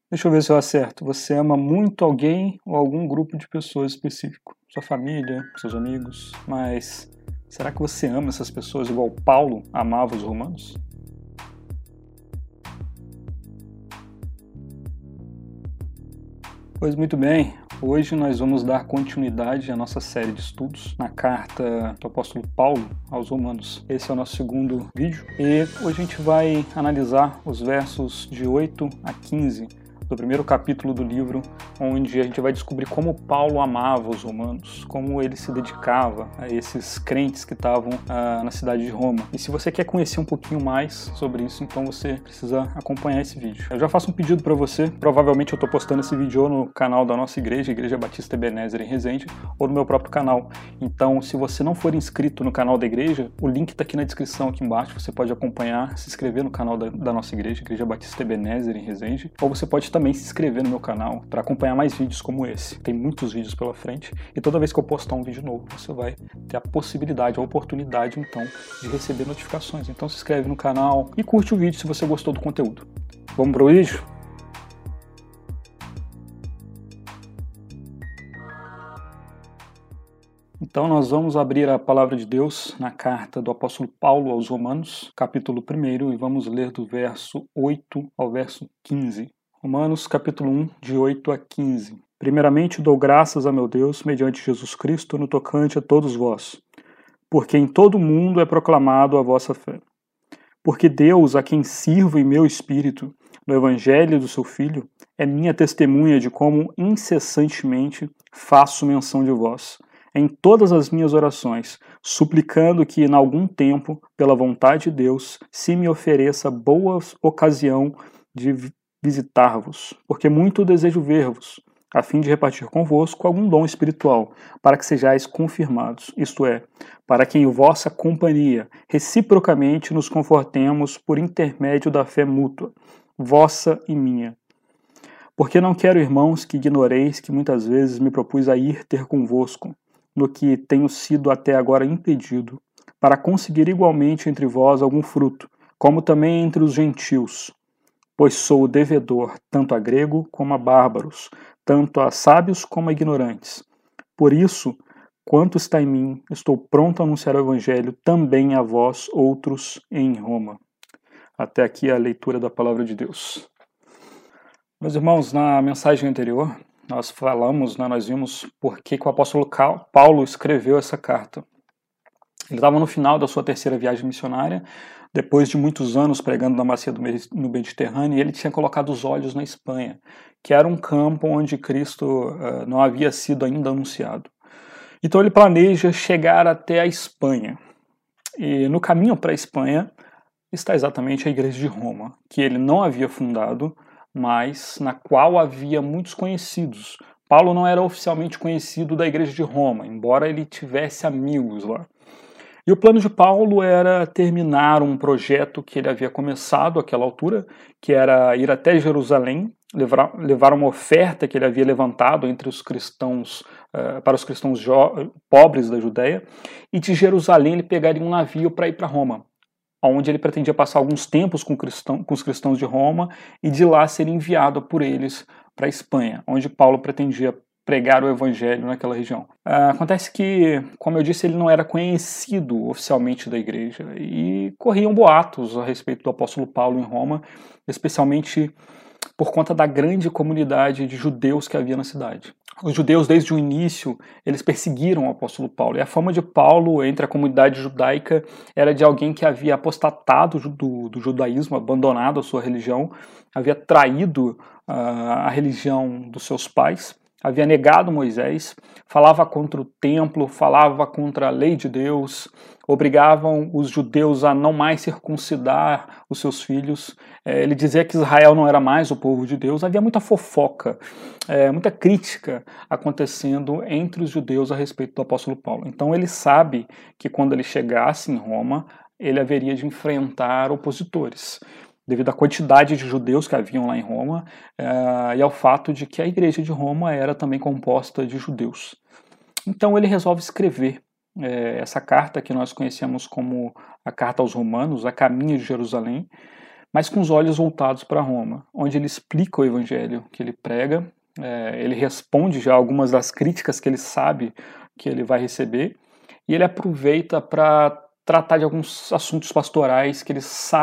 Deixa eu ver se eu acerto. Você ama muito alguém ou algum grupo de pessoas específico? Sua família, seus amigos, mas será que você ama essas pessoas igual Paulo amava os romanos? Pois muito bem, hoje nós vamos dar continuidade à nossa série de estudos na carta do apóstolo Paulo aos Romanos. Esse é o nosso segundo vídeo e hoje a gente vai analisar os versos de 8 a 15 do primeiro capítulo do livro, onde a gente vai descobrir como Paulo amava os romanos, como ele se dedicava a esses crentes que estavam na cidade de Roma. E se você quer conhecer um pouquinho mais sobre isso, então você precisa acompanhar esse vídeo. Eu já faço um pedido para você, provavelmente eu estou postando esse vídeo ou no canal da nossa igreja, Igreja Batista Ebenezer em Resende, ou no meu próprio canal. Então, se você não for inscrito no canal da igreja, o link está aqui na descrição aqui embaixo, você pode acompanhar, se inscrever no canal da nossa igreja, Igreja Batista Ebenezer em Resende, ou você pode também se inscrever no meu canal para acompanhar mais vídeos como esse. Tem muitos vídeos pela frente e toda vez que eu postar um vídeo novo, você vai ter a possibilidade, a oportunidade então de receber notificações. Então se inscreve no canal e curte o vídeo se você gostou do conteúdo. Vamos pro vídeo? Então nós vamos abrir a palavra de Deus na carta do apóstolo Paulo aos Romanos, capítulo 1, e vamos ler do verso 8 ao verso 15. Romanos capítulo 1, de 8 a 15. Primeiramente dou graças a meu Deus, mediante Jesus Cristo, no tocante a todos vós, porque em todo o mundo é proclamado a vossa fé. Porque Deus, a quem sirvo em meu espírito, no evangelho do seu Filho, é minha testemunha de como incessantemente faço menção de vós, em todas as minhas orações, suplicando que, em algum tempo, pela vontade de Deus, se me ofereça boa ocasião de visitar-vos, porque muito desejo ver-vos, a fim de repartir convosco algum dom espiritual, para que sejais confirmados, isto é, para que em vossa companhia reciprocamente nos confortemos por intermédio da fé mútua, vossa e minha. Porque não quero, irmãos, que ignoreis que muitas vezes me propus a ir ter convosco, no que tenho sido até agora impedido, para conseguir igualmente entre vós algum fruto, como também entre os gentios, pois sou devedor tanto a grego como a bárbaros, tanto a sábios como a ignorantes. Por isso, quanto está em mim, estou pronto a anunciar o evangelho também a vós outros em Roma. Até aqui a leitura da palavra de Deus. Meus irmãos, na mensagem anterior, nós falamos, nós vimos por que o apóstolo Paulo escreveu essa carta. Ele estava no final da sua terceira viagem missionária, depois de muitos anos pregando na bacia no Mediterrâneo, e ele tinha colocado os olhos na Espanha, que era um campo onde Cristo não havia sido ainda anunciado. Então ele planeja chegar até a Espanha. E no caminho para a Espanha está exatamente a Igreja de Roma, que ele não havia fundado, mas na qual havia muitos conhecidos. Paulo não era oficialmente conhecido da Igreja de Roma, embora ele tivesse amigos lá. E o plano de Paulo era terminar um projeto que ele havia começado àquela altura, que era ir até Jerusalém, levar uma oferta que ele havia levantado entre os cristãos, para os cristãos pobres da Judéia, e de Jerusalém ele pegaria um navio para ir para Roma, onde ele pretendia passar alguns tempos com os cristãos de Roma e de lá ser enviado por eles para a Espanha, onde Paulo pretendia pregar o evangelho naquela região. Acontece que, como eu disse, ele não era conhecido oficialmente da igreja e corriam boatos a respeito do apóstolo Paulo em Roma, especialmente por conta da grande comunidade de judeus que havia na cidade. Os judeus, desde o início, eles perseguiram o apóstolo Paulo. E a fama de Paulo entre a comunidade judaica era de alguém que havia apostatado do judaísmo, abandonado a sua religião, havia traído a religião dos seus pais, havia negado Moisés, falava contra o templo, falava contra a lei de Deus, obrigavam os judeus a não mais circuncidar os seus filhos. Ele dizia que Israel não era mais o povo de Deus. Havia muita fofoca, muita crítica acontecendo entre os judeus a respeito do apóstolo Paulo. Então ele sabe que quando ele chegasse em Roma, ele haveria de enfrentar opositores, devido à quantidade de judeus que haviam lá em Roma e ao fato de que a igreja de Roma era também composta de judeus. Então ele resolve escrever essa carta que nós conhecemos como a Carta aos Romanos, a caminho de Jerusalém, mas com os olhos voltados para Roma, onde ele explica o evangelho que ele prega, ele responde já algumas das críticas que ele sabe que ele vai receber, e ele aproveita para tratar de alguns assuntos pastorais que ele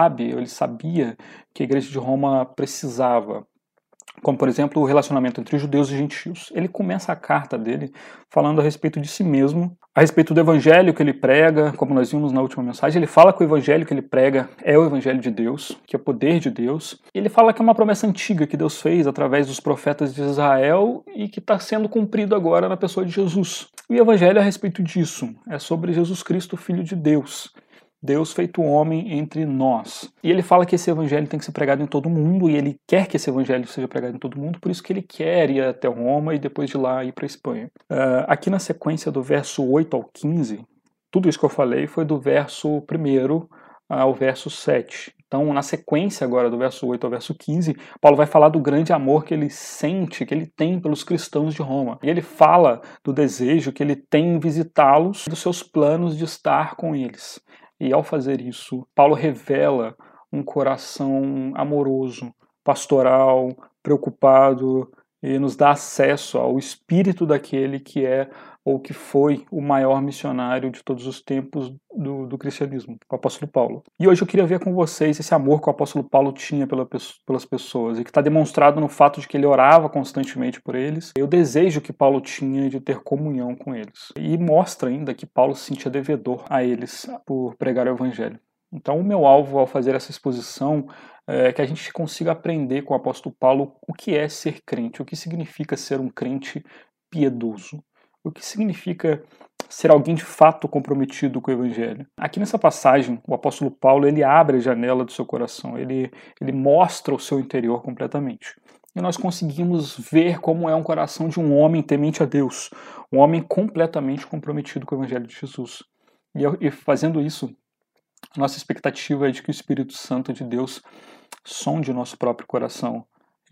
sabia que a igreja de Roma precisava, como, por exemplo, o relacionamento entre judeus e gentios. Ele começa a carta dele falando a respeito de si mesmo, a respeito do evangelho que ele prega, como nós vimos na última mensagem. Ele fala que o evangelho que ele prega é o evangelho de Deus, que é o poder de Deus. Ele fala que é uma promessa antiga que Deus fez através dos profetas de Israel e que está sendo cumprido agora na pessoa de Jesus. E o evangelho é a respeito disso, é sobre Jesus Cristo, Filho de Deus. Deus feito homem entre nós. E ele fala que esse evangelho tem que ser pregado em todo mundo, e ele quer que esse evangelho seja pregado em todo mundo, por isso que ele quer ir até Roma e depois de lá ir para a Espanha. Aqui na sequência do verso 8 ao 15, tudo isso que eu falei foi do verso 1 ao verso 7. Então, na sequência agora do verso 8 ao verso 15, Paulo vai falar do grande amor que ele sente, que ele tem pelos cristãos de Roma. E ele fala do desejo que ele tem em visitá-los, dos seus planos de estar com eles. E ao fazer isso, Paulo revela um coração amoroso, pastoral, preocupado, e nos dá acesso ao espírito daquele que é ou que foi o maior missionário de todos os tempos do cristianismo, o apóstolo Paulo. E hoje eu queria ver com vocês esse amor que o apóstolo Paulo tinha pelas pessoas, e que está demonstrado no fato de que ele orava constantemente por eles, e o desejo que Paulo tinha de ter comunhão com eles. E mostra ainda que Paulo se sentia devedor a eles por pregar o evangelho. Então o meu alvo ao fazer essa exposição é que a gente consiga aprender com o apóstolo Paulo o que é ser crente, o que significa ser um crente piedoso, o que significa ser alguém de fato comprometido com o evangelho. Aqui nessa passagem, o apóstolo Paulo ele abre a janela do seu coração, ele mostra o seu interior completamente. E nós conseguimos ver como é um coração de um homem temente a Deus, um homem completamente comprometido com o evangelho de Jesus. E fazendo isso, nossa expectativa é de que o Espírito Santo de Deus sonde o nosso próprio coração.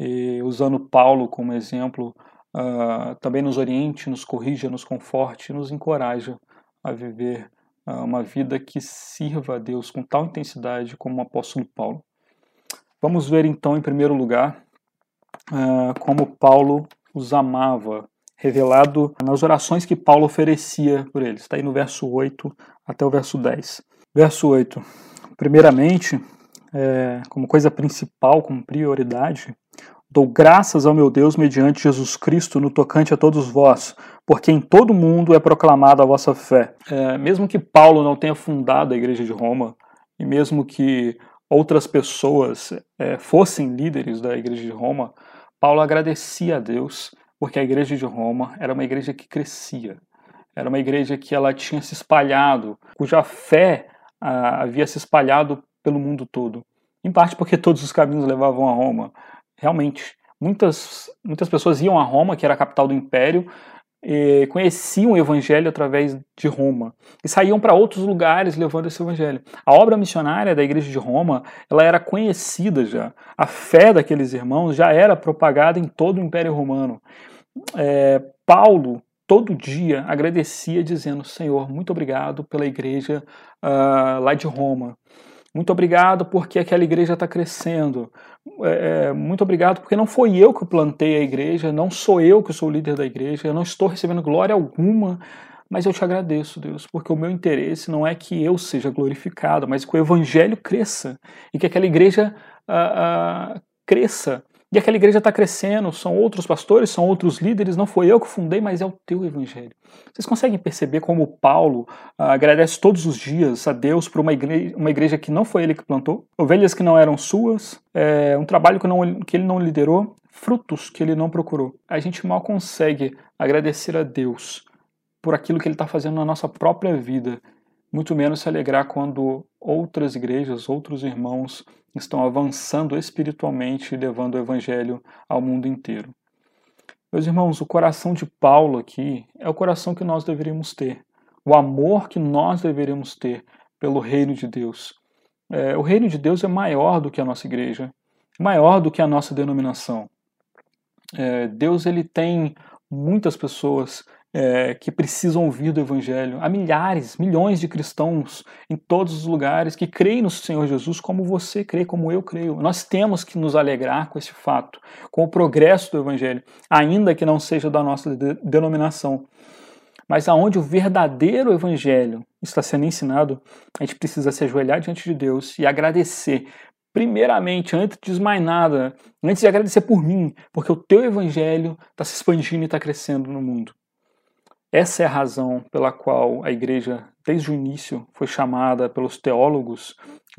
E usando Paulo como exemplo, também nos oriente, nos corrija, nos conforte, nos encoraja a viver uma vida que sirva a Deus com tal intensidade como o apóstolo Paulo. Vamos ver então, em primeiro lugar, como Paulo os amava, revelado nas orações que Paulo oferecia por eles. Está aí no verso 8 até o verso 10. Verso 8. Primeiramente, como coisa principal, como prioridade, dou graças ao meu Deus mediante Jesus Cristo no tocante a todos vós, porque em todo mundo é proclamada a vossa fé. Mesmo que Paulo não tenha fundado a igreja de Roma, e mesmo que outras pessoas fossem líderes da igreja de Roma, Paulo agradecia a Deus, porque a igreja de Roma era uma igreja que crescia. Era uma igreja que ela tinha se espalhado, cuja fé havia se espalhado pelo mundo todo. Em parte porque todos os caminhos levavam a Roma. Realmente, muitas pessoas iam a Roma, que era a capital do império, e conheciam o evangelho através de Roma e saíam para outros lugares levando esse evangelho. A obra missionária da igreja de Roma, ela era conhecida já. A fé daqueles irmãos já era propagada em todo o Império Romano. Paulo todo dia agradecia dizendo: Senhor, muito obrigado pela igreja lá de Roma. Muito obrigado porque aquela igreja está crescendo. Muito obrigado porque não foi eu que plantei a igreja, não sou eu que sou o líder da igreja, eu não estou recebendo glória alguma, mas eu te agradeço, Deus, porque o meu interesse não é que eu seja glorificado, mas que o evangelho cresça e que aquela igreja cresça. E aquela igreja está crescendo, são outros pastores, são outros líderes, não foi eu que fundei, mas é o teu evangelho. Vocês conseguem perceber como Paulo agradece todos os dias a Deus por uma igreja que não foi ele que plantou, ovelhas que não eram suas, um trabalho que ele não liderou, frutos que ele não procurou. A gente mal consegue agradecer a Deus por aquilo que ele está fazendo na nossa própria vida, muito menos se alegrar quando outras igrejas, outros irmãos estão avançando espiritualmente e levando o evangelho ao mundo inteiro. Meus irmãos, o coração de Paulo aqui é o coração que nós deveríamos ter, o amor que nós deveríamos ter pelo reino de Deus. O reino de Deus é maior do que a nossa igreja, maior do que a nossa denominação. Deus ele tem muitas pessoas que precisam ouvir do Evangelho. Há milhares, milhões de cristãos em todos os lugares que creem no Senhor Jesus como você crê, como eu creio. Nós temos que nos alegrar com esse fato, com o progresso do Evangelho, ainda que não seja da nossa denominação. Mas aonde o verdadeiro Evangelho está sendo ensinado, a gente precisa se ajoelhar diante de Deus e agradecer. Primeiramente, antes de mais nada, antes de agradecer por mim, porque o teu Evangelho está se expandindo e está crescendo no mundo. Essa é a razão pela qual a igreja, desde o início, foi chamada pelos teólogos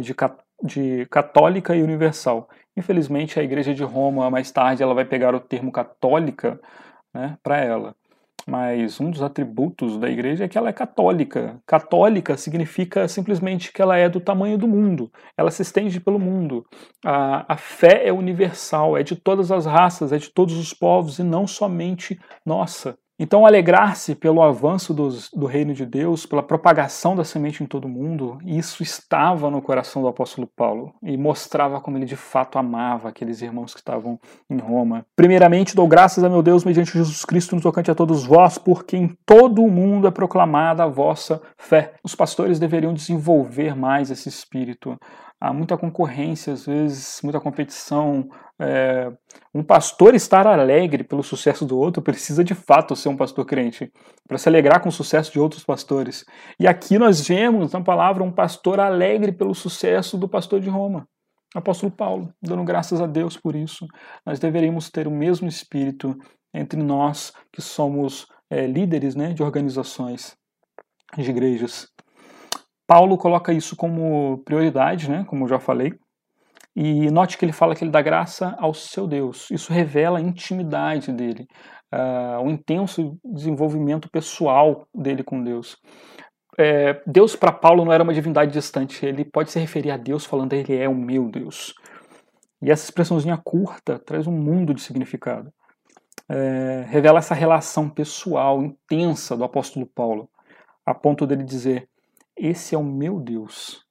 de católica e universal. Infelizmente, a igreja de Roma, mais tarde, ela vai pegar o termo católica, né, para ela. Mas um dos atributos da igreja é que ela é católica. Católica significa simplesmente que ela é do tamanho do mundo. Ela se estende pelo mundo. A fé é universal, é de todas as raças, é de todos os povos e não somente nossa. Então, alegrar-se pelo avanço do reino de Deus, pela propagação da semente em todo o mundo, isso estava no coração do apóstolo Paulo e mostrava como ele de fato amava aqueles irmãos que estavam em Roma. Primeiramente, dou graças a meu Deus mediante Jesus Cristo no tocante a todos vós, porque em todo o mundo é proclamada a vossa fé. Os pastores deveriam desenvolver mais esse espírito. Há muita concorrência, às vezes, muita competição. Um pastor estar alegre pelo sucesso do outro precisa de fato ser um pastor crente, para se alegrar com o sucesso de outros pastores. E aqui nós vemos na palavra um pastor alegre pelo sucesso do pastor de Roma, apóstolo Paulo, dando graças a Deus por isso. Nós deveríamos ter o mesmo espírito entre nós que somos líderes, né, de organizações, de igrejas. Paulo coloca isso como prioridade, né, como eu já falei, e note que ele fala que ele dá graça ao seu Deus. Isso revela a intimidade dele, o intenso desenvolvimento pessoal dele com Deus. Deus para Paulo não era uma divindade distante, ele pode se referir a Deus falando ele é o meu Deus. E essa expressãozinha curta traz um mundo de significado. Revela essa relação pessoal intensa do apóstolo Paulo, a ponto dele dizer: esse é o meu Deus,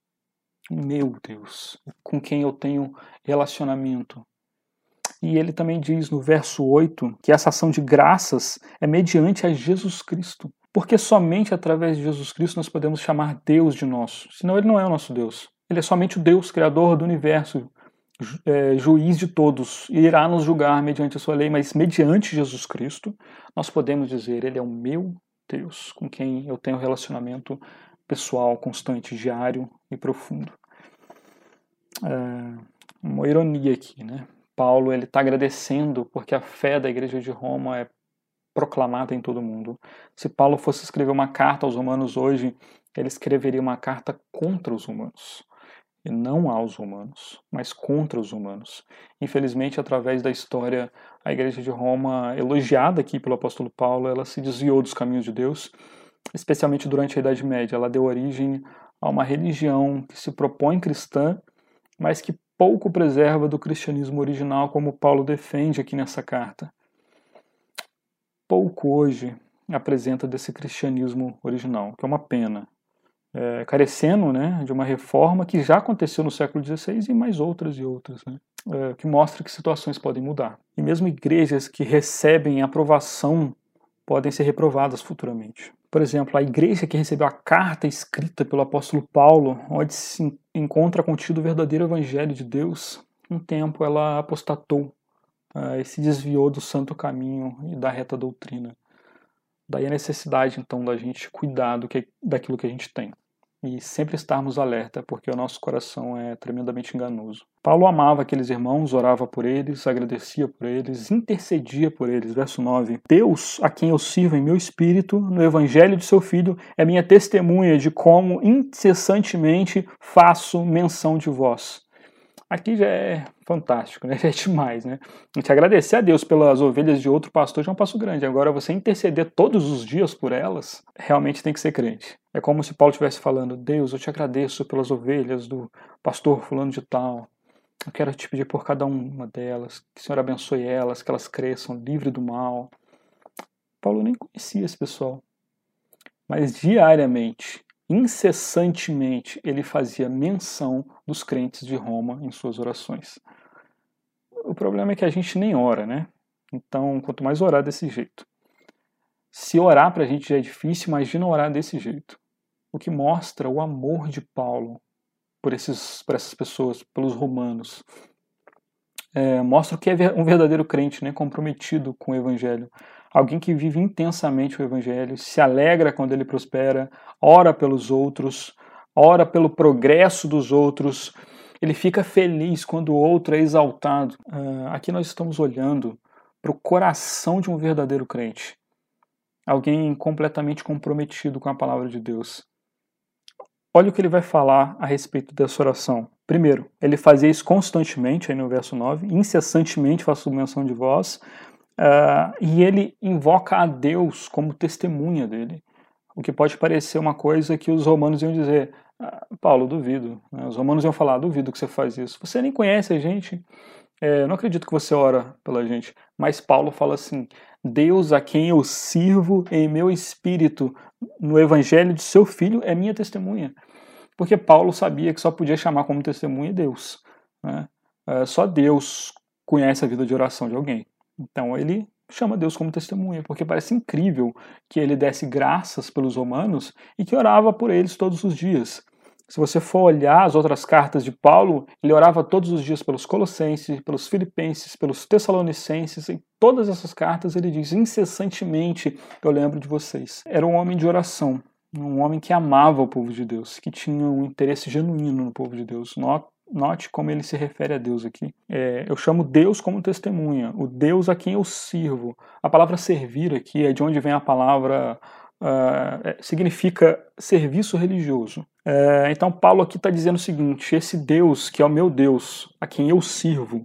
com quem eu tenho relacionamento. E ele também diz no verso 8 que essa ação de graças é mediante a Jesus Cristo. Porque somente através de Jesus Cristo nós podemos chamar Deus de nosso. Senão ele não é o nosso Deus. Ele é somente o Deus, criador do universo, juiz de todos, e irá nos julgar mediante a sua lei, mas mediante Jesus Cristo nós podemos dizer: ele é o meu Deus, com quem eu tenho relacionamento pessoal, constante, diário e profundo. Uma ironia aqui, né? Paulo ele está agradecendo porque a fé da igreja de Roma é proclamada em todo o mundo. Se Paulo fosse escrever uma carta aos romanos hoje, ele escreveria uma carta contra os romanos. E não aos romanos, mas contra os romanos. Infelizmente, através da história, a igreja de Roma, elogiada aqui pelo apóstolo Paulo, ela se desviou dos caminhos de Deus, especialmente durante a Idade Média. Ela deu origem a uma religião que se propõe cristã, mas que pouco preserva do cristianismo original, como Paulo defende aqui nessa carta. Pouco hoje apresenta desse cristianismo original, que é uma pena. Carecendo, né, de uma reforma que já aconteceu no século XVI e mais outras e outras, né, que mostra que situações podem mudar. E mesmo igrejas que recebem aprovação podem ser reprovadas futuramente. Por exemplo, a igreja que recebeu a carta escrita pelo apóstolo Paulo, onde se encontra contido o verdadeiro evangelho de Deus, um tempo ela apostatou e se desviou do santo caminho e da reta doutrina. Daí a necessidade, então, da gente cuidar daquilo que a gente tem. E sempre estarmos alerta, porque o nosso coração é tremendamente enganoso. Paulo amava aqueles irmãos, orava por eles, agradecia por eles, intercedia por eles. Verso 9. Deus, a quem eu sirvo em meu espírito, no evangelho de seu Filho, é minha testemunha de como incessantemente faço menção de vós. Aqui já é fantástico, né? Já é demais, né? A gente agradecer a Deus pelas ovelhas de outro pastor já é um passo grande. Agora, você interceder todos os dias por elas, realmente tem que ser crente. É como se Paulo estivesse falando: Deus, eu te agradeço pelas ovelhas do pastor fulano de tal. Eu quero te pedir por cada uma delas, que o Senhor abençoe elas, que elas cresçam livre do mal. Paulo nem conhecia esse pessoal. Mas diariamente, incessantemente, ele fazia menção dos crentes de Roma em suas orações. O problema é que a gente nem ora, né? Então, quanto mais orar desse jeito. Se orar para a gente já é difícil, imagina orar desse jeito. O que mostra o amor de Paulo por essas pessoas, pelos romanos. Mostra o que é um verdadeiro crente, né, comprometido com o Evangelho. Alguém que vive intensamente o Evangelho, se alegra quando ele prospera, ora pelos outros, ora pelo progresso dos outros, ele fica feliz quando o outro é exaltado. Aqui nós estamos olhando para o coração de um verdadeiro crente. Alguém completamente comprometido com a palavra de Deus. Olha o que ele vai falar a respeito dessa oração. Primeiro, ele fazia isso constantemente, aí no verso 9, incessantemente faço menção de vós, e ele invoca a Deus como testemunha dele. O que pode parecer uma coisa que os romanos iam dizer, Paulo, duvido. Os romanos iam falar, duvido que você faz isso. Você nem conhece a gente, não acredito que você ora pela gente. Mas Paulo fala assim, Deus a quem eu sirvo em meu espírito, no evangelho de seu filho, é minha testemunha. Porque Paulo sabia que só podia chamar como testemunha Deus. Né? Só Deus conhece a vida de oração de alguém. Então ele chama Deus como testemunha, porque parece incrível que ele desse graças pelos romanos e que orava por eles todos os dias. Se você for olhar as outras cartas de Paulo, ele orava todos os dias pelos Colossenses, pelos Filipenses, pelos Tessalonicenses. Em todas essas cartas ele diz incessantemente, eu lembro de vocês. Era um homem de oração, um homem que amava o povo de Deus, que tinha um interesse genuíno no povo de Deus. Note como ele se refere a Deus aqui. Eu chamo Deus como testemunha, o Deus a quem eu sirvo. A palavra servir aqui é de onde vem a palavra... significa serviço religioso. Então Paulo aqui está dizendo o seguinte, esse Deus que é o meu Deus, a quem eu sirvo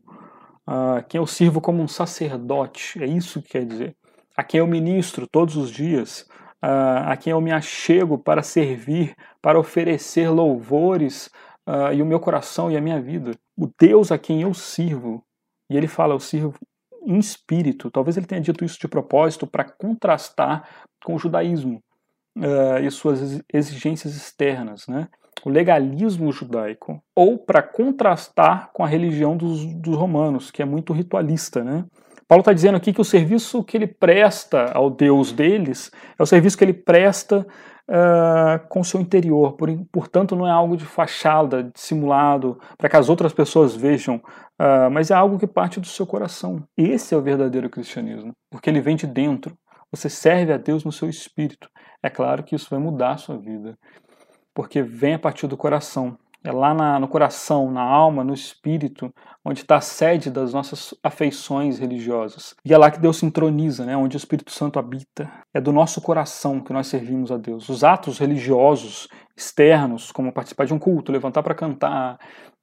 como um sacerdote, é isso que quer dizer, a quem eu ministro todos os dias, a quem eu me achego para servir, para oferecer louvores e o meu coração e a minha vida. O Deus a quem eu sirvo, e ele fala, eu sirvo em espírito. Talvez ele tenha dito isso de propósito para contrastar com o judaísmo e suas exigências externas, né? O legalismo judaico, ou para contrastar com a religião dos romanos, que é muito ritualista, né? Paulo está dizendo aqui que o serviço que ele presta ao Deus deles é o serviço que ele presta com o seu interior, portanto não é algo de fachada, dissimulado, para que as outras pessoas vejam, mas é algo que parte do seu coração. Esse é o verdadeiro cristianismo, porque ele vem de dentro. Você serve a Deus no seu espírito. É claro que isso vai mudar a sua vida, porque vem a partir do coração. É lá no coração, na alma, no espírito, onde está a sede das nossas afeições religiosas. E é lá que Deus se entroniza, né? Onde o Espírito Santo habita. É do nosso coração que nós servimos a Deus. Os atos religiosos externos, como participar de um culto, levantar para cantar,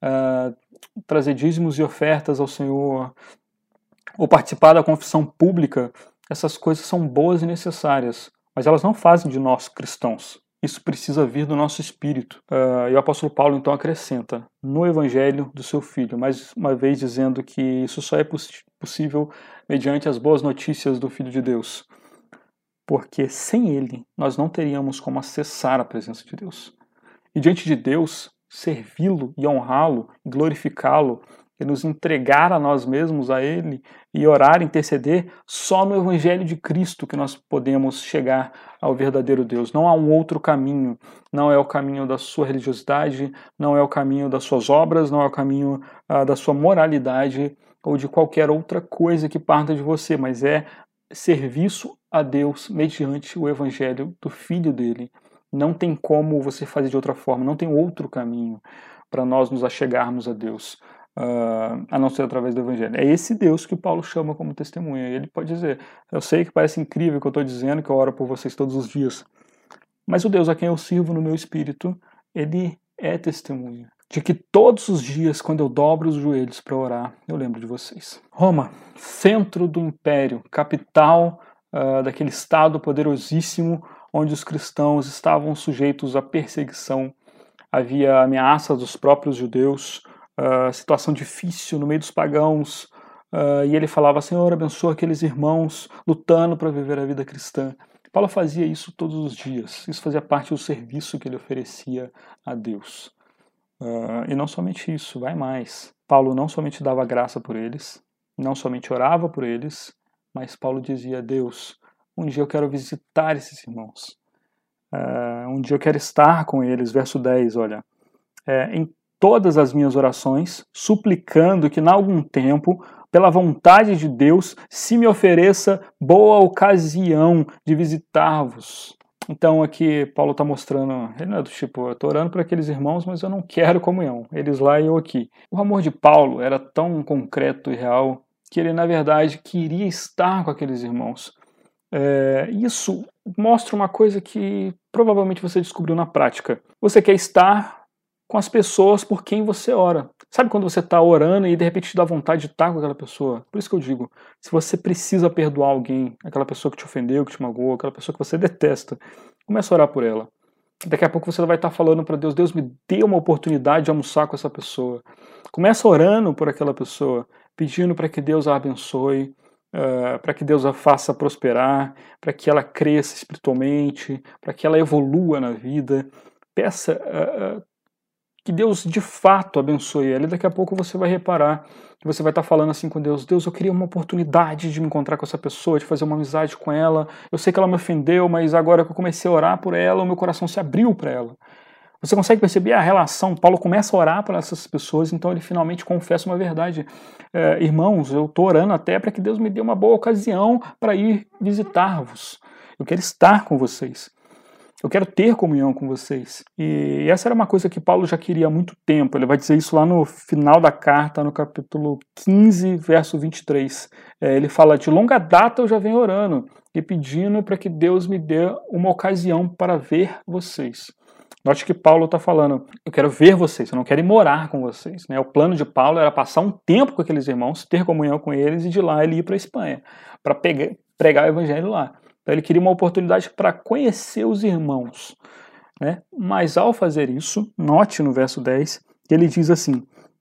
trazer dízimos e ofertas ao Senhor, ou participar da confissão pública, essas coisas são boas e necessárias, mas elas não fazem de nós cristãos. Isso precisa vir do nosso espírito. E o apóstolo Paulo então acrescenta no evangelho do seu filho, mais uma vez dizendo que isso só é possível mediante as boas notícias do Filho de Deus. Porque sem ele nós não teríamos como acessar a presença de Deus. E diante de Deus, servi-lo e honrá-lo, glorificá-lo, e nos entregar a nós mesmos a Ele e orar, interceder, só no Evangelho de Cristo que nós podemos chegar ao verdadeiro Deus. Não há um outro caminho. Não é o caminho da sua religiosidade, não é o caminho das suas obras, não é o caminho da sua moralidade ou de qualquer outra coisa que parta de você, mas é serviço a Deus mediante o Evangelho do Filho dele. Não tem como você fazer de outra forma, não tem outro caminho para nós nos achegarmos a Deus. A não ser através do Evangelho. É esse Deus que o Paulo chama como testemunha. E ele pode dizer, eu sei que parece incrível o que eu estou dizendo, que eu oro por vocês todos os dias, mas o Deus a quem eu sirvo no meu espírito, ele é testemunha de que todos os dias, quando eu dobro os joelhos para orar, eu lembro de vocês. Roma, centro do império, capital daquele estado poderosíssimo onde os cristãos estavam sujeitos à perseguição, havia ameaça dos próprios judeus, situação difícil no meio dos pagãos, e ele falava, Senhor, abençoa aqueles irmãos lutando para viver a vida cristã. Paulo fazia isso todos os dias, isso fazia parte do serviço que ele oferecia a Deus. E não somente isso, vai mais. Paulo não somente dava graça por eles, não somente orava por eles, mas Paulo dizia, Deus, Um dia eu quero visitar esses irmãos. Um dia eu quero estar com eles. Verso 10, olha. Em todas as minhas orações, suplicando que, em algum tempo, pela vontade de Deus, se me ofereça boa ocasião de visitar-vos. Então aqui Paulo está mostrando, ele não é do tipo, eu estou orando por aqueles irmãos, mas eu não quero comunhão, eles lá e eu aqui. O amor de Paulo era tão concreto e real que ele, na verdade, queria estar com aqueles irmãos. Isso mostra uma coisa que provavelmente você descobriu na prática. Você quer estar com as pessoas por quem você ora. Sabe quando você está orando e de repente te dá vontade de estar com aquela pessoa? Por isso que eu digo, se você precisa perdoar alguém, aquela pessoa que te ofendeu, que te magoou, aquela pessoa que você detesta, comece a orar por ela. Daqui a pouco você vai estar falando para Deus, Deus me dê uma oportunidade de almoçar com essa pessoa. Começa orando por aquela pessoa, pedindo para que Deus a abençoe, para que Deus a faça prosperar, para que ela cresça espiritualmente, para que ela evolua na vida. Peça que Deus de fato abençoe ela, e daqui a pouco você vai reparar que você vai estar falando assim com Deus, Deus, eu queria uma oportunidade de me encontrar com essa pessoa, de fazer uma amizade com ela, eu sei que ela me ofendeu, mas agora que eu comecei a orar por ela, o meu coração se abriu para ela. Você consegue perceber a relação? Paulo começa a orar para essas pessoas, então ele finalmente confessa uma verdade. Irmãos, eu estou orando até para que Deus me dê uma boa ocasião para ir visitar-vos. Eu quero estar com vocês. Eu quero ter comunhão com vocês. E essa era uma coisa que Paulo já queria há muito tempo. Ele vai dizer isso lá no final da carta, no capítulo 15, verso 23. Ele fala, de longa data eu já venho orando e pedindo para que Deus me dê uma ocasião para ver vocês. Note que Paulo está falando, eu quero ver vocês, eu não quero ir morar com vocês. Né? O plano de Paulo era passar um tempo com aqueles irmãos, ter comunhão com eles e de lá ele ir para a Espanha, para pregar o evangelho lá. Então ele queria uma oportunidade para conhecer os irmãos. Né? Mas ao fazer isso, note no verso 10, que ele diz assim,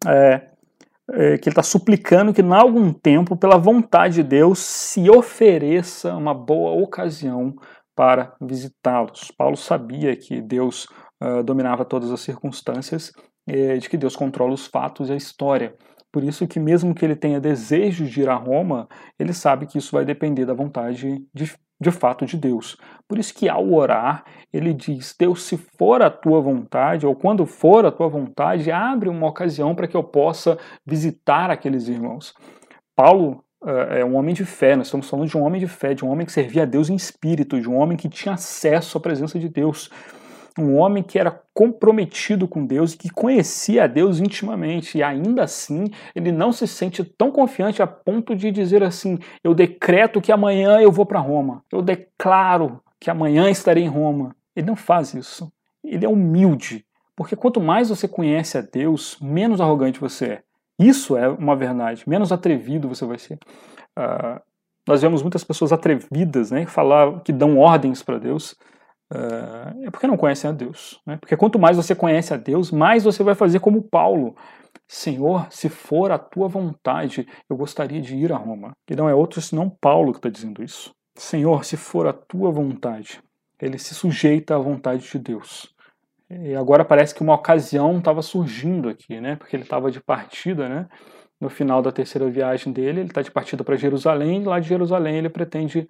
que ele está suplicando que em algum tempo, pela vontade de Deus, se ofereça uma boa ocasião para visitá-los. Paulo sabia que Deus dominava todas as circunstâncias, de que Deus controla os fatos e a história. Por isso que mesmo que ele tenha desejos de ir a Roma, ele sabe que isso vai depender da vontade de fato de Deus. Por isso que ao orar, ele diz, Deus, se for a tua vontade, ou quando for a tua vontade, abre uma ocasião para que eu possa visitar aqueles irmãos. Paulo é um homem de fé, nós estamos falando de um homem de fé, de um homem que servia a Deus em espírito, de um homem que tinha acesso à presença de Deus. Um homem que era comprometido com Deus e que conhecia a Deus intimamente, e ainda assim ele não se sente tão confiante a ponto de dizer assim, eu decreto que amanhã eu vou para Roma, eu declaro que amanhã estarei em Roma. Ele não faz isso, ele é humilde, porque quanto mais você conhece a Deus, menos arrogante você é. Isso é uma verdade, menos atrevido você vai ser. Nós vemos muitas pessoas atrevidas, né, que dão ordens para Deus, é porque não conhecem a Deus. Né? Porque quanto mais você conhece a Deus, mais você vai fazer como Paulo. Senhor, se for a tua vontade, eu gostaria de ir a Roma. E não é outro senão Paulo que está dizendo isso. Senhor, se for a tua vontade. Ele se sujeita à vontade de Deus. E agora parece que uma ocasião estava surgindo aqui, né? Porque ele estava de partida, né? No final da terceira viagem dele, ele está de partida para Jerusalém, e lá de Jerusalém ele pretende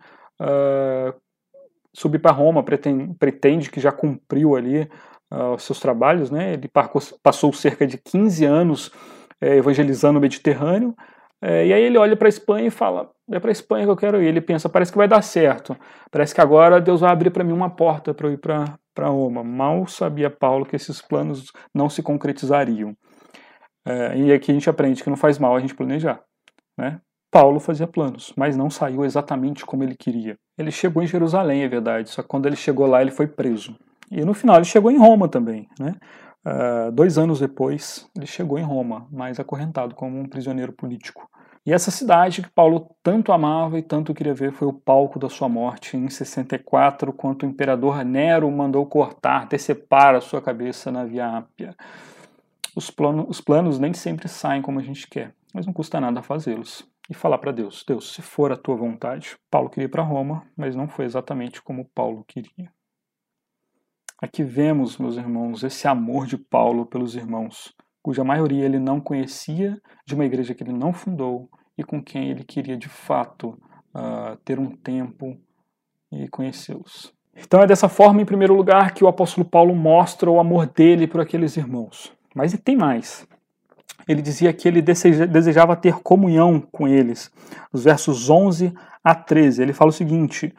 subir para Roma, pretende que já cumpriu ali os seus trabalhos, né? Ele passou cerca de 15 anos evangelizando o Mediterrâneo, e aí ele olha para a Espanha e fala, é para a Espanha que eu quero ir. Ele pensa, parece que vai dar certo, parece que agora Deus vai abrir para mim uma porta para eu ir para Roma. Mal sabia Paulo que esses planos não se concretizariam. E aqui a gente aprende que não faz mal a gente planejar, né? Paulo fazia planos, mas não saiu exatamente como ele queria. Ele chegou em Jerusalém, é verdade, só que quando ele chegou lá ele foi preso. E no final ele chegou em Roma também, né? 2 anos depois ele chegou em Roma, mas acorrentado como um prisioneiro político. E essa cidade que Paulo tanto amava e tanto queria ver foi o palco da sua morte em 64, quando o imperador Nero mandou cortar, decepar a sua cabeça na Via Ápia. Os planos nem sempre saem como a gente quer, mas não custa nada fazê-los. E falar para Deus, Deus, se for a tua vontade. Paulo queria ir para Roma, mas não foi exatamente como Paulo queria. Aqui vemos, meus irmãos, esse amor de Paulo pelos irmãos, cuja maioria ele não conhecia, de uma igreja que ele não fundou e com quem ele queria de fato ter um tempo e conhecê-los. Então é dessa forma, em primeiro lugar, que o apóstolo Paulo mostra o amor dele por aqueles irmãos. Mas tem mais. Ele dizia que ele desejava ter comunhão com eles. Os versos 11 a 13, ele fala o seguinte,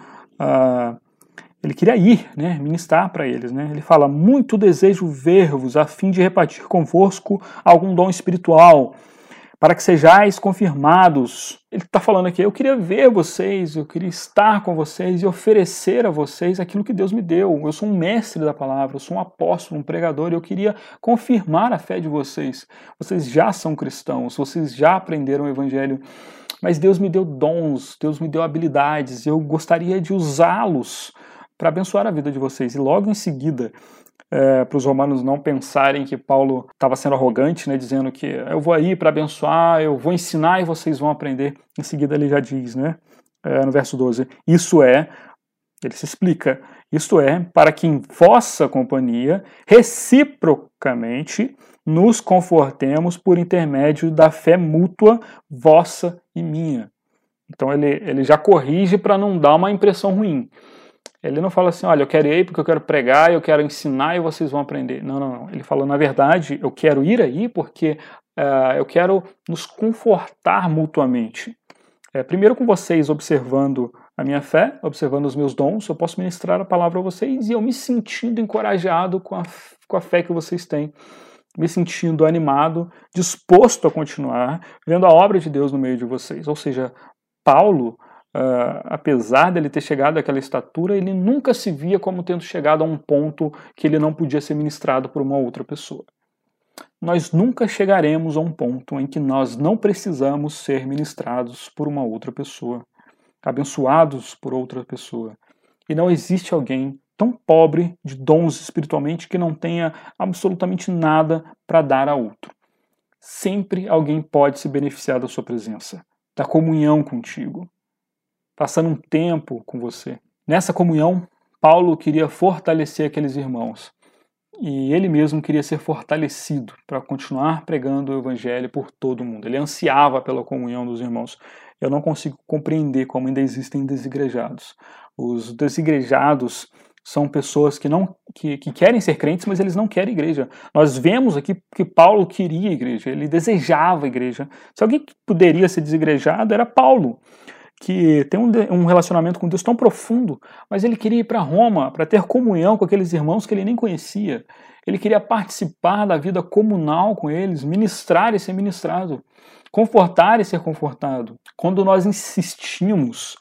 ele queria ir, né, ministrar para eles. Né? Ele fala, muito desejo ver-vos a fim de repartir convosco algum dom espiritual, para que sejais confirmados. Ele está falando aqui, eu queria ver vocês, eu queria estar com vocês e oferecer a vocês aquilo que Deus me deu. Eu sou um mestre da palavra, eu sou um apóstolo, um pregador, e eu queria confirmar a fé de vocês. Vocês já são cristãos, vocês já aprenderam o evangelho, mas Deus me deu dons, Deus me deu habilidades, e eu gostaria de usá-los para abençoar a vida de vocês. E logo em seguida, para os romanos não pensarem que Paulo estava sendo arrogante, né, dizendo que eu vou aí para abençoar, eu vou ensinar e vocês vão aprender. Em seguida ele já diz, né, no verso 12, ele se explica, isto é, para que em vossa companhia, reciprocamente, nos confortemos por intermédio da fé mútua vossa e minha. Então ele já corrige para não dar uma impressão ruim. Ele não fala assim, olha, eu quero ir aí porque eu quero pregar, eu quero ensinar e vocês vão aprender. Não. Ele fala, na verdade, eu quero ir aí porque eu quero nos confortar mutuamente. Primeiro com vocês observando a minha fé, observando os meus dons, eu posso ministrar a palavra a vocês e eu me sentindo encorajado com a fé que vocês têm, me sentindo animado, disposto a continuar, vendo a obra de Deus no meio de vocês. Ou seja, Paulo, apesar dele ter chegado àquela estatura, ele nunca se via como tendo chegado a um ponto que ele não podia ser ministrado por uma outra pessoa. Nós nunca chegaremos a um ponto em que nós não precisamos ser ministrados por uma outra pessoa, abençoados por outra pessoa. E não existe alguém tão pobre de dons espiritualmente que não tenha absolutamente nada para dar a outro. Sempre alguém pode se beneficiar da sua presença, da comunhão contigo, passando um tempo com você. Nessa comunhão, Paulo queria fortalecer aqueles irmãos. E ele mesmo queria ser fortalecido para continuar pregando o evangelho por todo mundo. Ele ansiava pela comunhão dos irmãos. Eu não consigo compreender como ainda existem desigrejados. Os desigrejados são pessoas que querem ser crentes, mas eles não querem igreja. Nós vemos aqui que Paulo queria igreja, ele desejava igreja. Se alguém poderia ser desigrejado, era Paulo, que tem um relacionamento com Deus tão profundo, mas ele queria ir para Roma para ter comunhão com aqueles irmãos que ele nem conhecia. Ele queria participar da vida comunal com eles, ministrar e ser ministrado, confortar e ser confortado. Quando nós insistimos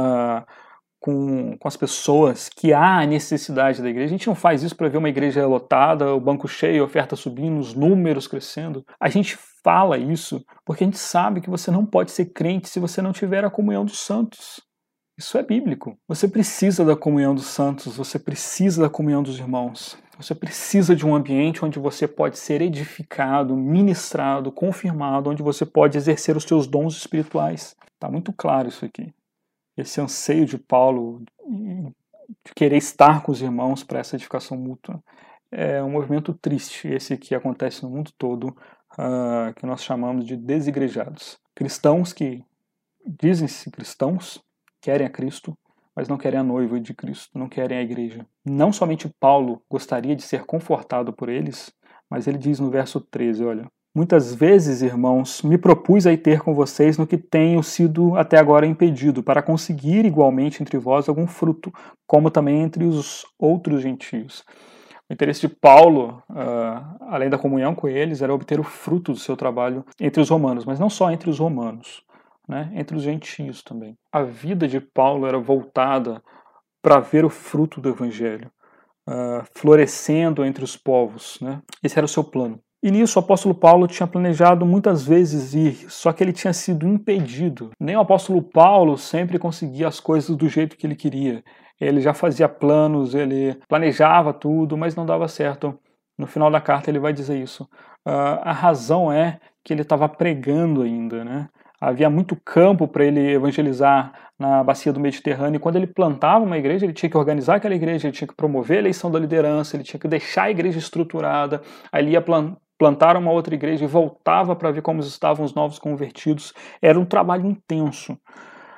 com as pessoas que há necessidade da igreja, a gente não faz isso para ver uma igreja lotada, o banco cheio, a oferta subindo, os números crescendo. A gente fala isso porque a gente sabe que você não pode ser crente se você não tiver a comunhão dos santos. Isso é bíblico. Você precisa da comunhão dos santos, você precisa da comunhão dos irmãos. Você precisa de um ambiente onde você pode ser edificado, ministrado, confirmado, onde você pode exercer os seus dons espirituais. Está muito claro isso aqui. Esse anseio de Paulo de querer estar com os irmãos para essa edificação mútua é um movimento triste, esse que acontece no mundo todo, que nós chamamos de desigrejados. Cristãos que dizem-se cristãos, querem a Cristo, mas não querem a noiva de Cristo, não querem a igreja. Não somente Paulo gostaria de ser confortado por eles, mas ele diz no verso 13, olha, muitas vezes, irmãos, me propus a ir ter com vocês no que tenho sido até agora impedido, para conseguir igualmente entre vós algum fruto, como também entre os outros gentios. O interesse de Paulo, além da comunhão com eles, era obter o fruto do seu trabalho entre os romanos, mas não só entre os romanos, né, entre os gentios também. A vida de Paulo era voltada para ver o fruto do evangelho, florescendo entre os povos, né? Esse era o seu plano. E nisso o apóstolo Paulo tinha planejado muitas vezes ir, só que ele tinha sido impedido. Nem o apóstolo Paulo sempre conseguia as coisas do jeito que ele queria. Ele já fazia planos, ele planejava tudo, mas não dava certo. No final da carta ele vai dizer isso. A razão é que ele estava pregando ainda, né? Havia muito campo para ele evangelizar na bacia do Mediterrâneo, e quando ele plantava uma igreja, ele tinha que organizar aquela igreja, ele tinha que promover a eleição da liderança, ele tinha que deixar a igreja estruturada, aí ele ia plantar uma outra igreja e voltava para ver como estavam os novos convertidos. Era um trabalho intenso.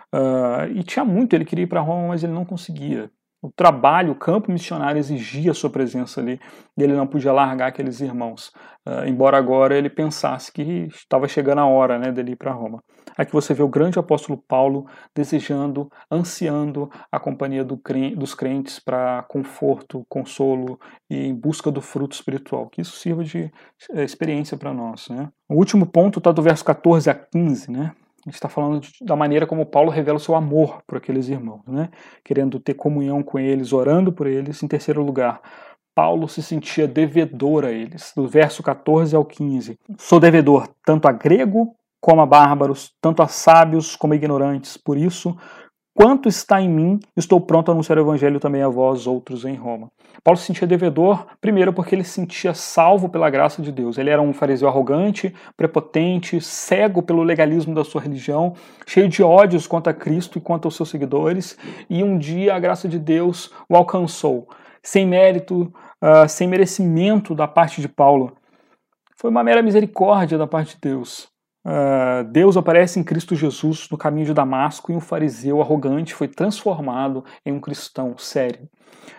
e tinha muito, ele queria ir para Roma, mas ele não conseguia. O trabalho, o campo missionário exigia a sua presença ali, e ele não podia largar aqueles irmãos, embora agora ele pensasse que estava chegando a hora, né, dele ir para Roma. Aqui você vê o grande apóstolo Paulo desejando, ansiando a companhia dos crentes para conforto, consolo e em busca do fruto espiritual, que isso sirva de experiência para nós, né? O último ponto está do verso 14 a 15, né? A gente está falando da maneira como Paulo revela o seu amor por aqueles irmãos, né? Querendo ter comunhão com eles, orando por eles. Em terceiro lugar, Paulo se sentia devedor a eles. Do verso 14 ao 15. Sou devedor tanto a grego como a bárbaros, tanto a sábios como a ignorantes. Por isso, quanto está em mim, estou pronto a anunciar o evangelho também a vós, outros em Roma. Paulo se sentia devedor, primeiro porque ele se sentia salvo pela graça de Deus. Ele era um fariseu arrogante, prepotente, cego pelo legalismo da sua religião, cheio de ódios contra Cristo e contra os seus seguidores, e um dia a graça de Deus o alcançou, sem mérito, sem merecimento da parte de Paulo. Foi uma mera misericórdia da parte de Deus. Deus aparece em Cristo Jesus no caminho de Damasco e um fariseu arrogante foi transformado em um cristão sério.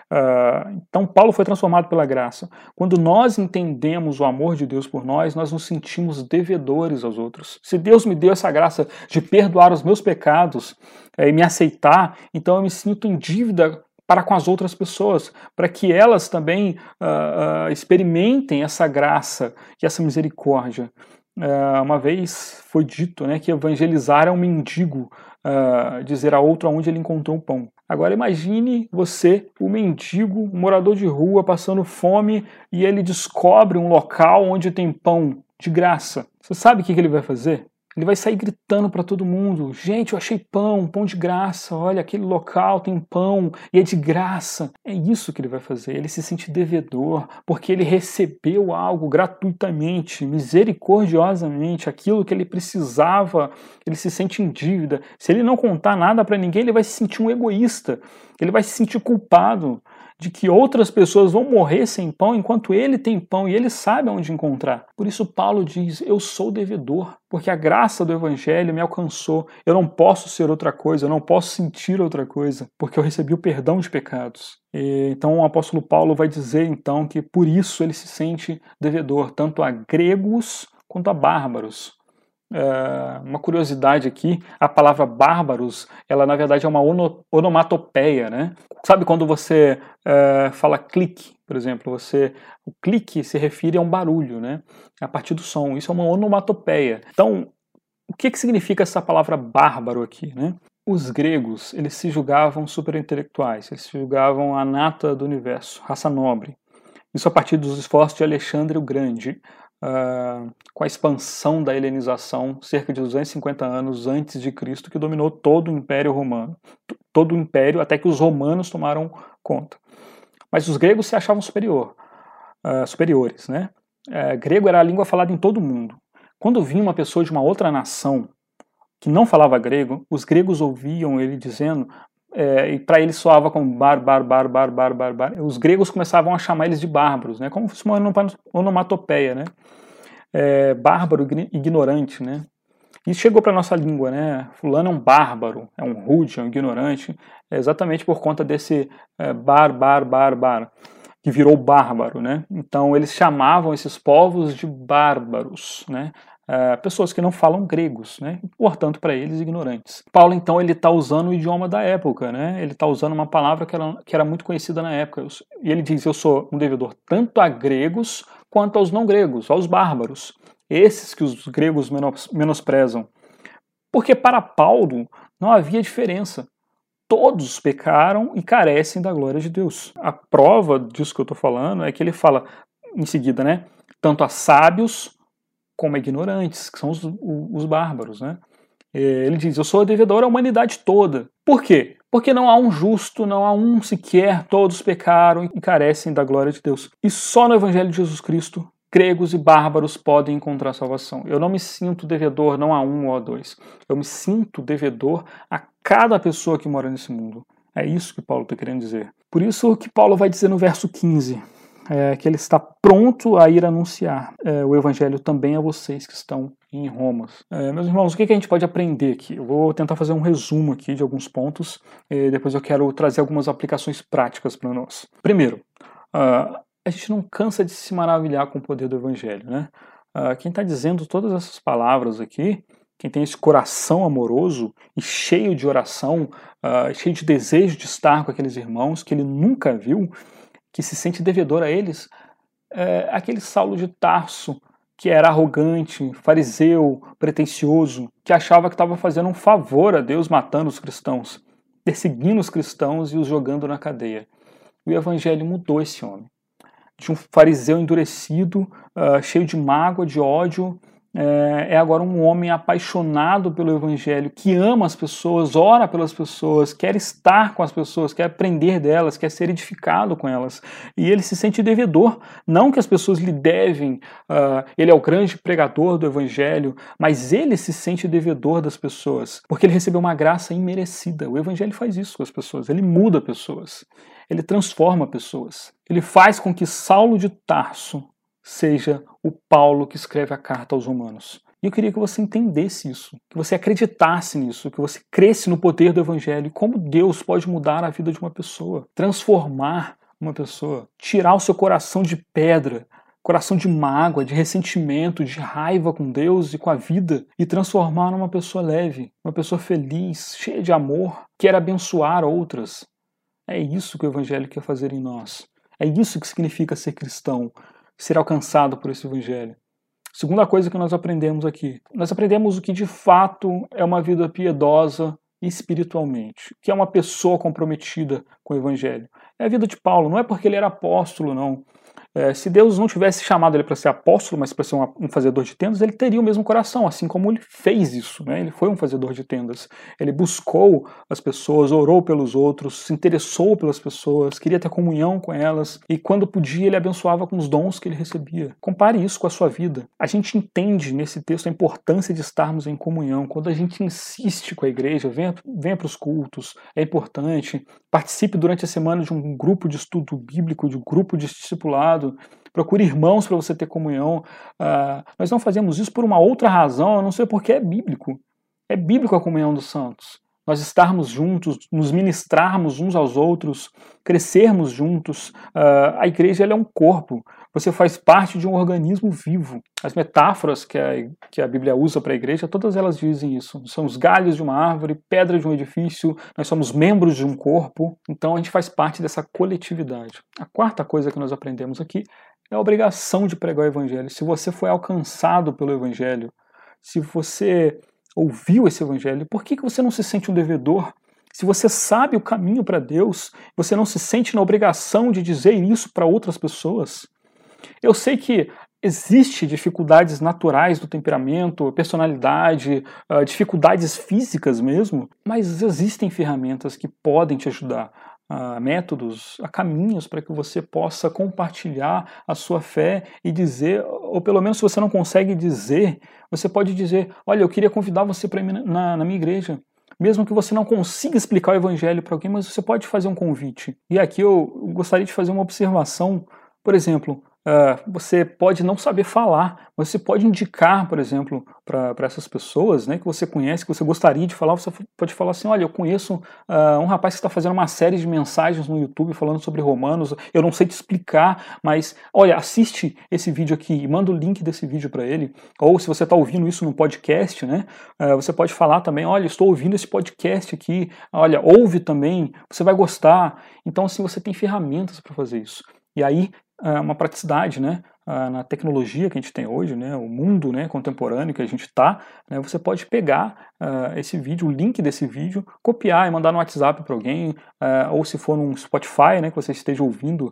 Então Paulo foi transformado pela graça. Quando nós entendemos o amor de Deus por nós, nós nos sentimos devedores aos outros. Se Deus me deu essa graça de perdoar os meus pecados e me aceitar, então eu me sinto em dívida para com as outras pessoas, para que elas também experimentem essa graça e essa misericórdia. Uma vez foi dito, né, que evangelizar é um mendigo dizer a outro aonde ele encontrou o pão. Agora imagine você, o mendigo, um morador de rua, passando fome, e ele descobre um local onde tem pão de graça. Você sabe o que ele vai fazer? Ele vai sair gritando para todo mundo: gente, eu achei pão de graça, olha, aquele local tem pão e é de graça. É isso que ele vai fazer. Ele se sente devedor, porque ele recebeu algo gratuitamente, misericordiosamente, aquilo que ele precisava. Ele se sente em dívida. Se ele não contar nada para ninguém, ele vai se sentir um egoísta. Ele vai se sentir culpado de que outras pessoas vão morrer sem pão enquanto ele tem pão e ele sabe onde encontrar. Por isso Paulo diz: eu sou devedor, porque a graça do evangelho me alcançou. Eu não posso ser outra coisa, eu não posso sentir outra coisa, porque eu recebi o perdão de pecados. Então o apóstolo Paulo vai dizer então que por isso ele se sente devedor, tanto a gregos quanto a bárbaros. Uma curiosidade aqui, a palavra bárbaros, ela na verdade é uma onomatopeia, né? Sabe quando você fala clique, por exemplo, o clique se refere a um barulho, né? A partir do som, isso é uma onomatopeia. Então, o que significa essa palavra bárbaro aqui, né? Os gregos, eles se julgavam superintelectuais, eles se julgavam a nata do universo, raça nobre. Isso a partir dos esforços de Alexandre o Grande, com a expansão da helenização, cerca de 250 anos antes de Cristo, que dominou todo o Império Romano, todo o Império, até que os romanos tomaram conta. Mas os gregos se achavam superiores, né? Grego era a língua falada em todo o mundo. Quando vinha uma pessoa de uma outra nação que não falava grego, os gregos ouviam ele dizendo, e para eles soava como bar. Os gregos começavam a chamar eles de bárbaros, né? Como se fosse uma onomatopeia, né? Bárbaro, ignorante, né? Isso chegou para a nossa língua, né? Fulano é um bárbaro, é um rude, é um ignorante, exatamente por conta desse bar, que virou bárbaro, né? Então eles chamavam esses povos de bárbaros, né? Pessoas que não falam gregos, né? Portanto, para eles, ignorantes. Paulo, então, ele está usando o idioma da época, né? Ele está usando uma palavra que era muito conhecida na época. E ele diz: eu sou um devedor tanto a gregos quanto aos não gregos, aos bárbaros. Esses que os gregos menosprezam. Porque para Paulo não havia diferença. Todos pecaram e carecem da glória de Deus. A prova disso que eu estou falando é que ele fala em seguida, né? Tanto a sábios como a ignorantes, que são os bárbaros, né? Ele diz: eu sou devedor à humanidade toda. Por quê? Porque não há um justo, não há um sequer, todos pecaram e carecem da glória de Deus. E só no Evangelho de Jesus Cristo, gregos e bárbaros podem encontrar salvação. Eu não me sinto devedor não a um ou a dois. Eu me sinto devedor a cada pessoa que mora nesse mundo. É isso que Paulo está querendo dizer. Por isso que Paulo vai dizer no verso 15, que ele está pronto a ir anunciar o Evangelho também a vocês que estão e em Roma. Meus irmãos, o que a gente pode aprender aqui? Eu vou tentar fazer um resumo aqui de alguns pontos, e depois eu quero trazer algumas aplicações práticas para nós. Primeiro, a gente não cansa de se maravilhar com o poder do Evangelho, né? Quem está dizendo todas essas palavras aqui, quem tem esse coração amoroso e cheio de oração, cheio de desejo de estar com aqueles irmãos que ele nunca viu, que se sente devedor a eles, é aquele Saulo de Tarso, que era arrogante, fariseu, pretensioso, que achava que estava fazendo um favor a Deus matando os cristãos, perseguindo os cristãos e os jogando na cadeia. O Evangelho mudou esse homem. De um fariseu endurecido, cheio de mágoa, de ódio, é agora um homem apaixonado pelo Evangelho, que ama as pessoas, ora pelas pessoas, quer estar com as pessoas, quer aprender delas, quer ser edificado com elas. E ele se sente devedor. Não que as pessoas lhe devem, ele é o grande pregador do Evangelho, mas ele se sente devedor das pessoas, porque ele recebeu uma graça imerecida. O Evangelho faz isso com as pessoas, ele muda pessoas, ele transforma pessoas. Ele faz com que Saulo de Tarso seja o Paulo que escreve a carta aos Romanos. E eu queria que você entendesse isso, que você acreditasse nisso, que você cresce no poder do Evangelho e como Deus pode mudar a vida de uma pessoa, transformar uma pessoa, tirar o seu coração de pedra, coração de mágoa, de ressentimento, de raiva com Deus e com a vida e transformar numa pessoa leve, uma pessoa feliz, cheia de amor, quer abençoar outras. É isso que o Evangelho quer fazer em nós. É isso que significa ser cristão, ser alcançado por esse Evangelho. Segunda coisa que nós aprendemos aqui. Nós aprendemos o que de fato é uma vida piedosa espiritualmente, que é uma pessoa comprometida com o Evangelho. É a vida de Paulo, não é porque ele era apóstolo, não. Se Deus não tivesse chamado ele para ser apóstolo, mas para ser um fazedor de tendas, ele teria o mesmo coração, assim como ele fez isso, né? Ele foi um fazedor de tendas. Ele buscou as pessoas, orou pelos outros, se interessou pelas pessoas, queria ter comunhão com elas, e quando podia ele abençoava com os dons que ele recebia. Compare isso com a sua vida. A gente entende nesse texto a importância de estarmos em comunhão. Quando a gente insiste com a igreja, venha para os cultos, é importante. Participe durante a semana de um grupo de estudo bíblico, de um grupo de discipulado. Procure irmãos para você ter comunhão. Nós não fazemos isso por uma outra razão, a não ser porque é bíblico. É bíblico a comunhão dos santos. Nós estarmos juntos, nos ministrarmos uns aos outros, crescermos juntos. A igreja ela é um corpo. Você faz parte de um organismo vivo. As metáforas que a Bíblia usa para a igreja, todas elas dizem isso. Nós somos galhos de uma árvore, pedra de um edifício, nós somos membros de um corpo, então a gente faz parte dessa coletividade. A quarta coisa que nós aprendemos aqui é a obrigação de pregar o Evangelho. Se você foi alcançado pelo Evangelho, se você ouviu esse Evangelho, por que você não se sente um devedor? Se você sabe o caminho para Deus, você não se sente na obrigação de dizer isso para outras pessoas? Eu sei que existem dificuldades naturais do temperamento, personalidade, dificuldades físicas mesmo, mas existem ferramentas que podem te ajudar, métodos, caminhos para que você possa compartilhar a sua fé e dizer, ou pelo menos se você não consegue dizer, você pode dizer, olha, eu queria convidar você para ir na minha igreja. Mesmo que você não consiga explicar o Evangelho para alguém, mas você pode fazer um convite. E aqui eu gostaria de fazer uma observação, por exemplo, você pode não saber falar, mas você pode indicar, por exemplo, para essas pessoas, né, que você conhece, que você gostaria de falar, você pode falar assim, olha, eu conheço um rapaz que está fazendo uma série de mensagens no YouTube falando sobre Romanos, eu não sei te explicar, mas, olha, assiste esse vídeo aqui e manda o link desse vídeo para ele, ou se você está ouvindo isso no podcast, né, você pode falar também, olha, estou ouvindo esse podcast aqui, olha, ouve também, você vai gostar. Então, assim, você tem ferramentas para fazer isso. E aí, uma praticidade, né? Na tecnologia que a gente tem hoje, né? O mundo, né, contemporâneo que a gente está, né? Você pode pegar esse vídeo, o link desse vídeo, copiar e mandar no WhatsApp para alguém, ou se for num Spotify, né, que você esteja ouvindo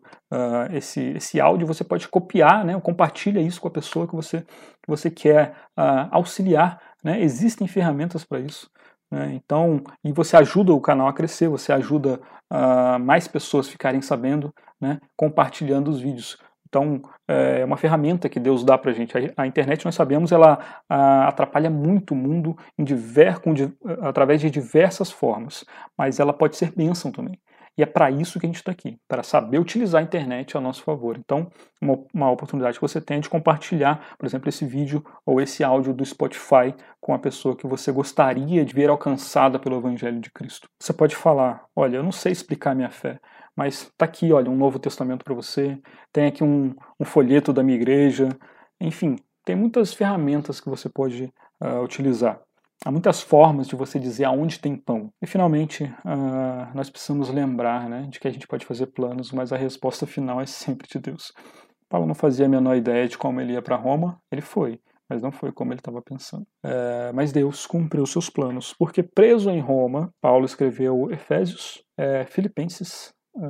esse áudio, você pode copiar, né? Compartilha isso com a pessoa que você quer auxiliar, né? Existem ferramentas para isso. Então, e você ajuda o canal a crescer, você ajuda mais pessoas ficarem sabendo, né, compartilhando os vídeos. Então, é uma ferramenta que Deus dá para a gente. A internet, nós sabemos, ela atrapalha muito o mundo através de diversas formas, mas ela pode ser bênção também. E é para isso que a gente está aqui, para saber utilizar a internet a nosso favor. Então, uma oportunidade que você tem é de compartilhar, por exemplo, esse vídeo ou esse áudio do Spotify com a pessoa que você gostaria de ver alcançada pelo Evangelho de Cristo. Você pode falar, olha, eu não sei explicar a minha fé, mas está aqui, olha, um Novo Testamento para você, tem aqui um folheto da minha igreja, enfim, tem muitas ferramentas que você pode utilizar. Há muitas formas de você dizer aonde tem pão. E, finalmente, nós precisamos lembrar, né, de que a gente pode fazer planos, mas a resposta final é sempre de Deus. Paulo não fazia a menor ideia de como ele ia para Roma, ele foi, mas não foi como ele estava pensando. Mas Deus cumpriu seus planos, porque preso em Roma, Paulo escreveu Efésios, Filipenses,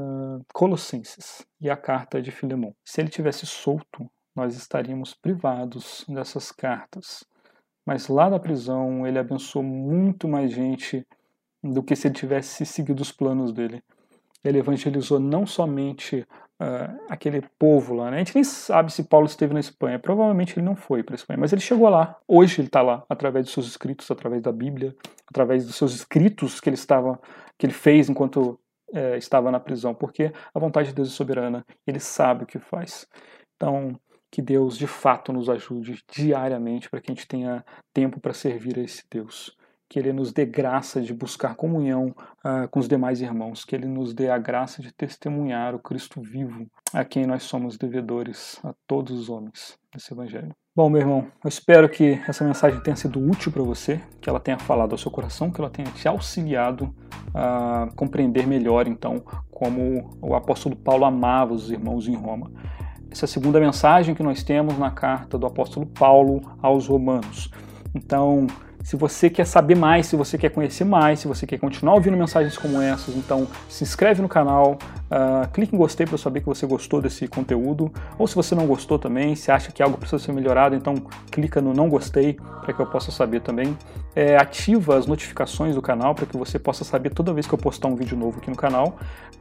Colossenses e a carta de Filemon. Se ele tivesse solto, nós estaríamos privados dessas cartas. Mas lá na prisão ele abençoou muito mais gente do que se ele tivesse seguido os planos dele. Ele evangelizou não somente aquele povo lá, né? A gente nem sabe se Paulo esteve na Espanha, provavelmente ele não foi para a Espanha, mas ele chegou lá. Hoje ele está lá, através dos seus escritos, através da Bíblia, através dos seus escritos que ele fez enquanto estava na prisão, porque a vontade de Deus é soberana, ele sabe o que faz. Então, que Deus de fato nos ajude diariamente para que a gente tenha tempo para servir a esse Deus. Que Ele nos dê graça de buscar comunhão com os demais irmãos. Que Ele nos dê a graça de testemunhar o Cristo vivo, a quem nós somos devedores, a todos os homens desse Evangelho. Bom, meu irmão, eu espero que essa mensagem tenha sido útil para você, que ela tenha falado ao seu coração, que ela tenha te auxiliado a compreender melhor, então, como o apóstolo Paulo amava os irmãos em Roma. Essa é a segunda mensagem que nós temos na carta do apóstolo Paulo aos Romanos. Então, se você quer saber mais, se você quer conhecer mais, se você quer continuar ouvindo mensagens como essas, então se inscreve no canal, clique em gostei para eu saber que você gostou desse conteúdo, ou se você não gostou também, se acha que algo precisa ser melhorado, então clica no não gostei para que eu possa saber também. Ativa as notificações do canal para que você possa saber toda vez que eu postar um vídeo novo aqui no canal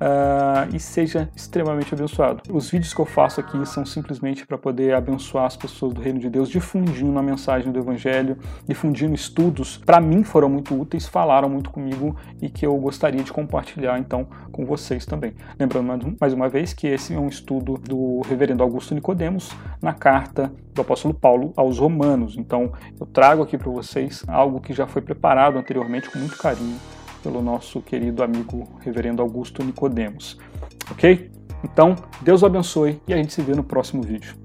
e seja extremamente abençoado. Os vídeos que eu faço aqui são simplesmente para poder abençoar as pessoas do Reino de Deus, difundindo a mensagem do Evangelho, difundindo estudos, para mim foram muito úteis, falaram muito comigo e que eu gostaria de compartilhar então com vocês também. Lembrando mais uma vez que esse é um estudo do reverendo Augusto Nicodemos na carta do apóstolo Paulo aos Romanos. Então eu trago aqui para vocês algo que já foi preparado anteriormente com muito carinho pelo nosso querido amigo reverendo Augusto Nicodemos. Ok? Então, Deus o abençoe e a gente se vê no próximo vídeo.